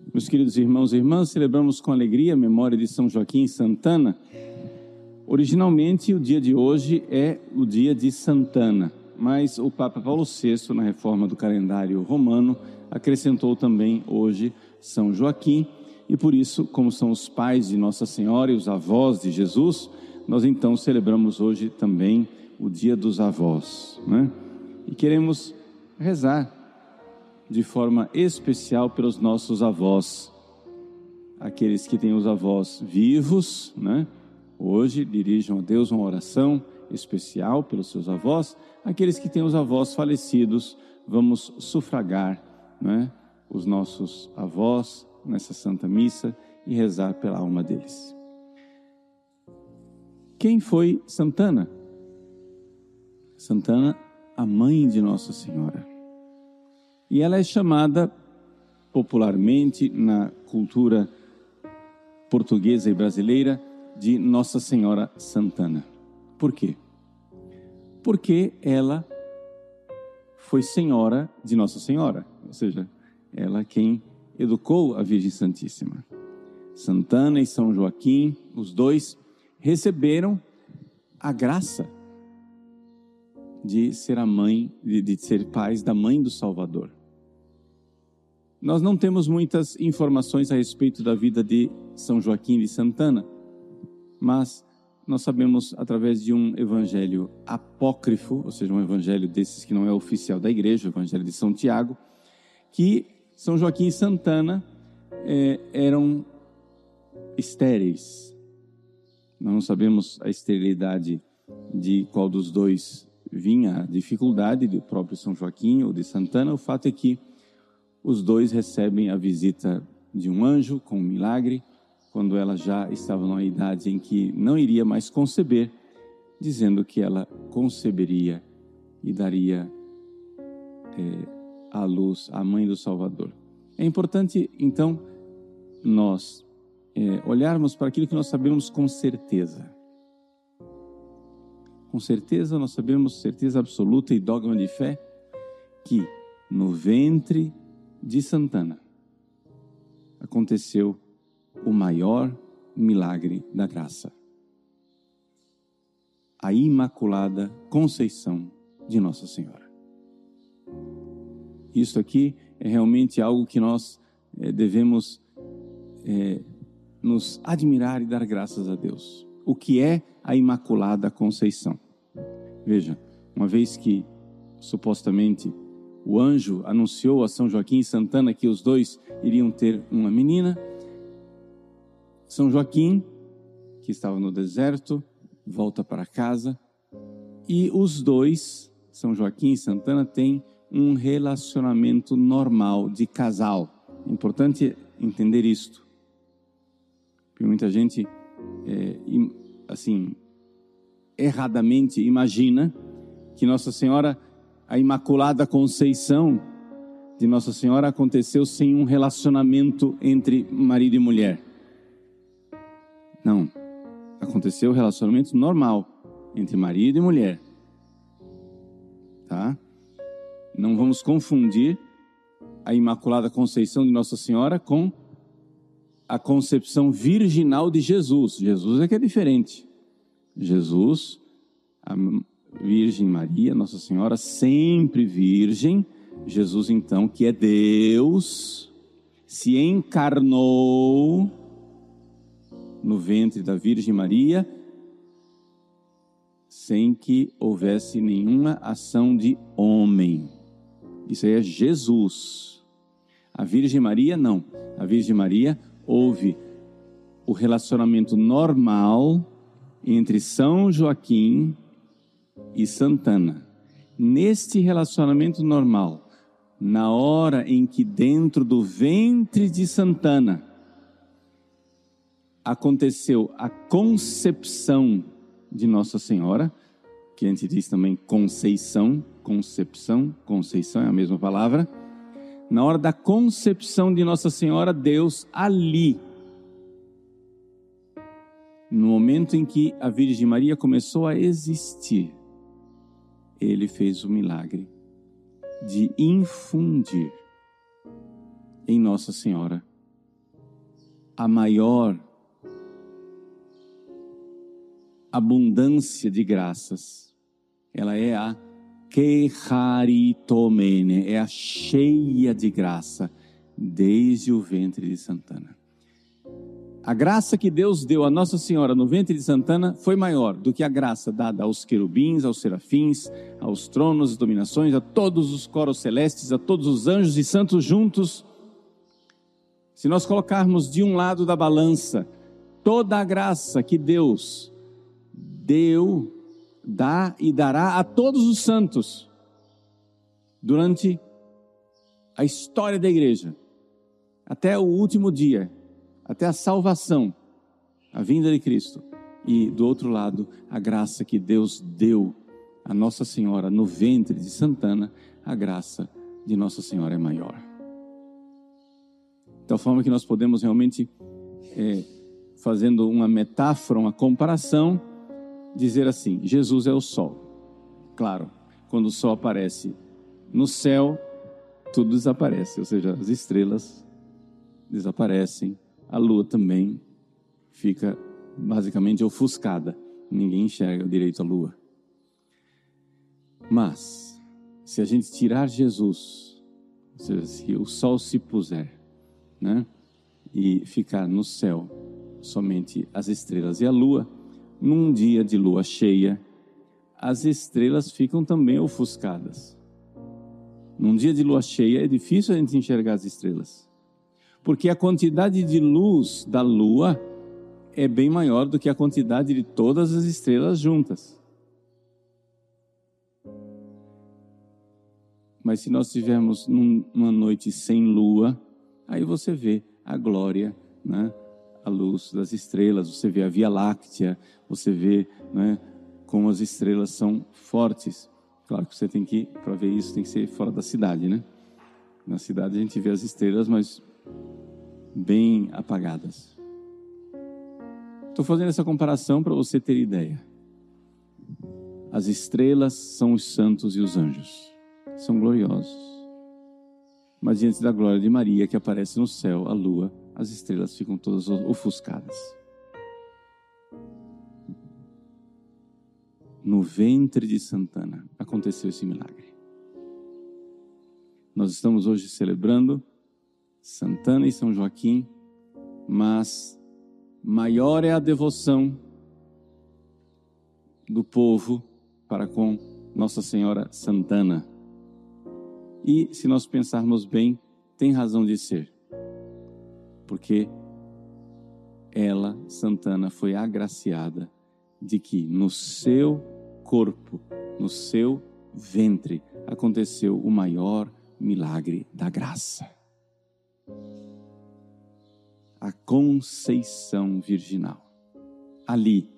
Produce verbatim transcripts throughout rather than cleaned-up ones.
Meus queridos irmãos e irmãs, celebramos com alegria a memória de São Joaquim Santana. Originalmente, o dia de hoje é o dia de Santana, mas o Papa Paulo sexto, na reforma do calendário romano, acrescentou também hoje São Joaquim, e por isso, como são os pais de Nossa Senhora e os avós de Jesus, nós então celebramos hoje também o dia dos avós, né? E queremos rezar de forma especial pelos nossos avós, aqueles que têm os avós vivos, né? Hoje dirijam a Deus uma oração especial pelos seus avós. Aqueles que têm os avós falecidos, vamos sufragar, né, os nossos avós nessa Santa Missa e rezar pela alma deles. Quem foi Santana? Santana, a mãe de Nossa Senhora. E ela é chamada popularmente na cultura portuguesa e brasileira de Nossa Senhora Santana. Por quê? Porque ela foi senhora de Nossa Senhora, ou seja, ela quem educou a Virgem Santíssima. Santana e São Joaquim, os dois, receberam a graça de ser a mãe, de, de ser pais da mãe do Salvador. Nós não temos muitas informações a respeito da vida de São Joaquim de Santana, mas nós sabemos através de um evangelho apócrifo, ou seja, um evangelho desses que não é oficial da igreja, o evangelho de São Tiago, que São Joaquim e Santana é, eram estéreis. Nós não sabemos a esterilidade de qual dos dois vinha a dificuldade, do próprio São Joaquim ou de Santana. O fato é que os dois recebem a visita de um anjo com um milagre, quando ela já estava numa idade em que não iria mais conceber, dizendo que ela conceberia e daria é, à luz a mãe do Salvador. É importante, então, nós é, olharmos para aquilo que nós sabemos com certeza. Com certeza, nós sabemos, certeza absoluta e dogma de fé, que no ventre de Santana aconteceu o maior milagre da graça, a Imaculada Conceição de Nossa Senhora. Isso aqui é realmente algo que nós é, devemos é, nos admirar e dar graças a Deus. O que é a Imaculada Conceição? Veja, uma vez que supostamente o anjo anunciou a São Joaquim e Santana que os dois iriam ter uma menina, São Joaquim, que estava no deserto, volta para casa e os dois, São Joaquim e Santana, têm um relacionamento normal de casal. É importante entender isto, porque muita gente, é, assim, erradamente imagina que Nossa Senhora, a Imaculada Conceição de Nossa Senhora aconteceu sem um relacionamento entre marido e mulher. Não, aconteceu um relacionamento normal entre marido e mulher, tá? Não vamos confundir a Imaculada Conceição de Nossa Senhora com a concepção virginal de Jesus. Jesus é que é diferente. Jesus, a Virgem Maria, Nossa Senhora, sempre virgem. Jesus, então, que é Deus, se encarnou no ventre da Virgem Maria, sem que houvesse nenhuma ação de homem. Isso aí é Jesus. A Virgem Maria, não. A Virgem Maria, houve o relacionamento normal entre São Joaquim e Santana. Neste relacionamento normal, na hora em que dentro do ventre de Santana aconteceu a concepção de Nossa Senhora, que a gente diz também Conceição, concepção, Conceição é a mesma palavra. Na hora da concepção de Nossa Senhora, Deus ali, no momento em que a Virgem Maria começou a existir, Ele fez o milagre de infundir em Nossa Senhora a maior abundância de graças, ela é a Kecharitomene, é a cheia de graça, desde o ventre de Santana. A graça que Deus deu a Nossa Senhora no ventre de Santana foi maior do que a graça dada aos querubins, aos serafins, aos tronos, às dominações, a todos os coros celestes, a todos os anjos e santos juntos. Se nós colocarmos de um lado da balança toda a graça que Deus deu, dá e dará a todos os santos durante a história da igreja, até o último dia, até a salvação, a vinda de Cristo, e do outro lado, a graça que Deus deu a Nossa Senhora no ventre de Santana, a graça de Nossa Senhora é maior. De tal forma que nós podemos realmente, é, fazendo uma metáfora, uma comparação, dizer assim: Jesus é o sol. Claro, quando o sol aparece no céu, tudo desaparece, ou seja, as estrelas desaparecem, a lua também fica basicamente ofuscada, ninguém enxerga direito a lua. Mas, se a gente tirar Jesus, ou seja, se o sol se puser, né, e ficar no céu somente as estrelas e a lua, num dia de lua cheia, as estrelas ficam também ofuscadas. Num dia de lua cheia é difícil a gente enxergar as estrelas, porque a quantidade de luz da lua é bem maior do que a quantidade de todas as estrelas juntas. Mas se nós tivermos numa noite sem lua, aí você vê a glória, né? A luz das estrelas, você vê a Via Láctea, você vê, né, como as estrelas são fortes. Claro que você tem que, para ver isso, tem que ser fora da cidade, né? Na cidade a gente vê as estrelas, mas bem apagadas. Estou fazendo essa comparação para você ter ideia. As estrelas são os santos e os anjos, são gloriosos. Mas diante da glória de Maria, que aparece no céu, a lua, as estrelas ficam todas ofuscadas. No ventre de Santana aconteceu esse milagre. Nós estamos hoje celebrando Santana e São Joaquim, mas maior é a devoção do povo para com Nossa Senhora Santana. E se nós pensarmos bem, tem razão de ser, porque ela, Santana, foi agraciada de que no seu corpo, no seu ventre, aconteceu o maior milagre da graça. A conceição virginal. Ali,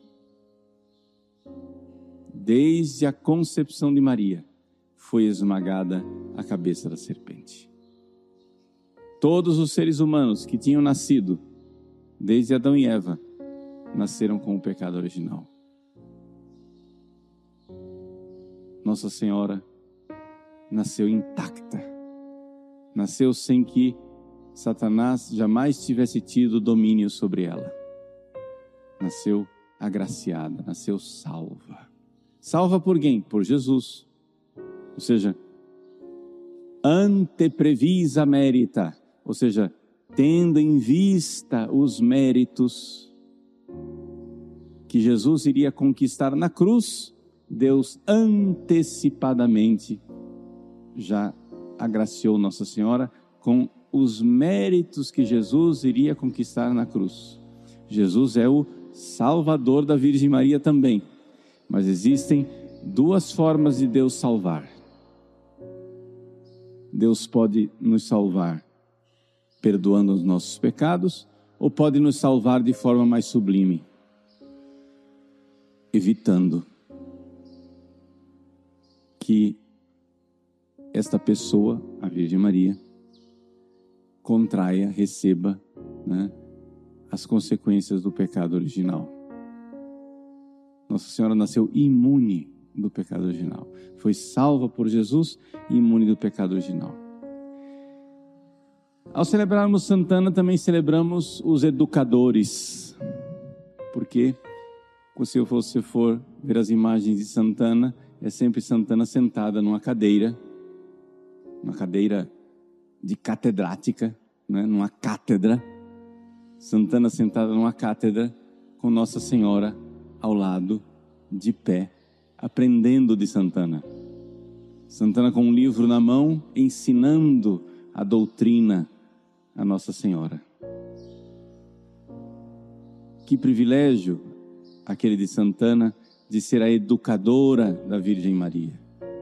desde a concepção de Maria, foi esmagada a cabeça da serpente. Todos os seres humanos que tinham nascido, desde Adão e Eva, nasceram com o pecado original. Nossa Senhora nasceu intacta, nasceu sem que Satanás jamais tivesse tido domínio sobre ela. Nasceu agraciada, nasceu salva. Salva por quem? Por Jesus. Ou seja, anteprevisa merita, ou seja, tendo em vista os méritos que Jesus iria conquistar na cruz, Deus antecipadamente já agraciou Nossa Senhora com os méritos que Jesus iria conquistar na cruz. Jesus é o Salvador da Virgem Maria também, mas existem duas formas de Deus salvar. Deus pode nos salvar perdoando os nossos pecados, ou pode nos salvar de forma mais sublime, evitando que esta pessoa, a Virgem Maria, contraia, receba, né, as consequências do pecado original. Nossa Senhora nasceu imune do pecado original. Foi salva por Jesus e imune do pecado original. Ao celebrarmos Santana, também celebramos os educadores, porque se você for ver as imagens de Santana, é sempre Santana sentada numa cadeira, uma cadeira de catedrática, né? Numa cátedra, Santana sentada numa cátedra, com Nossa Senhora ao lado, de pé, aprendendo de Santana. Santana com um livro na mão, ensinando a doutrina a Nossa Senhora. Que privilégio aquele de Santana de ser a educadora da Virgem Maria.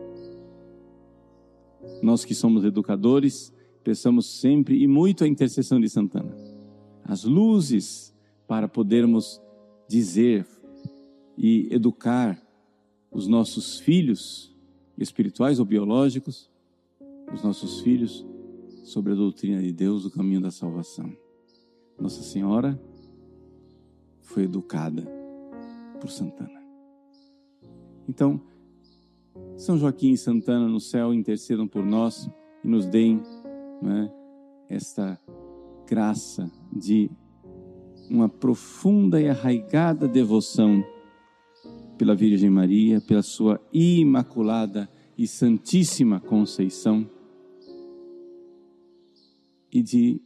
Nós que somos educadores, peçamos sempre e muito a intercessão de Santana. As luzes para podermos dizer e educar os nossos filhos, espirituais ou biológicos, os nossos filhos, sobre a doutrina de Deus, o caminho da salvação. Nossa Senhora foi educada por Santana. Então, São Joaquim e Santana no céu intercedam por nós e nos deem, né, esta graça de uma profunda e arraigada devoção pela Virgem Maria, pela sua imaculada e santíssima Conceição, e de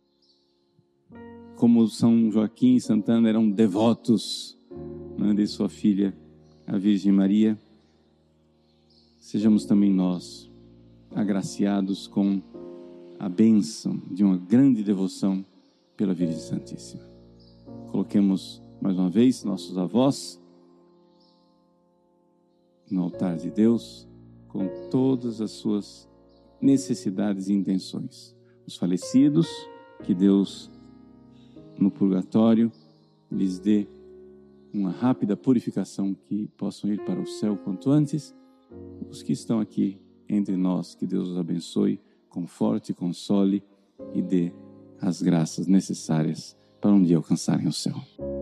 como São Joaquim e Santana eram devotos, né, de sua filha, a Virgem Maria, sejamos também nós agraciados com a bênção de uma grande devoção pela Virgem Santíssima. Coloquemos mais uma vez nossos avós no altar de Deus com todas as suas necessidades e intenções. Os falecidos, que Deus no purgatório lhes dê uma rápida purificação, que possam ir para o céu quanto antes. Os que estão aqui entre nós, que Deus os abençoe, conforte, console e dê as graças necessárias para um dia alcançarem o céu.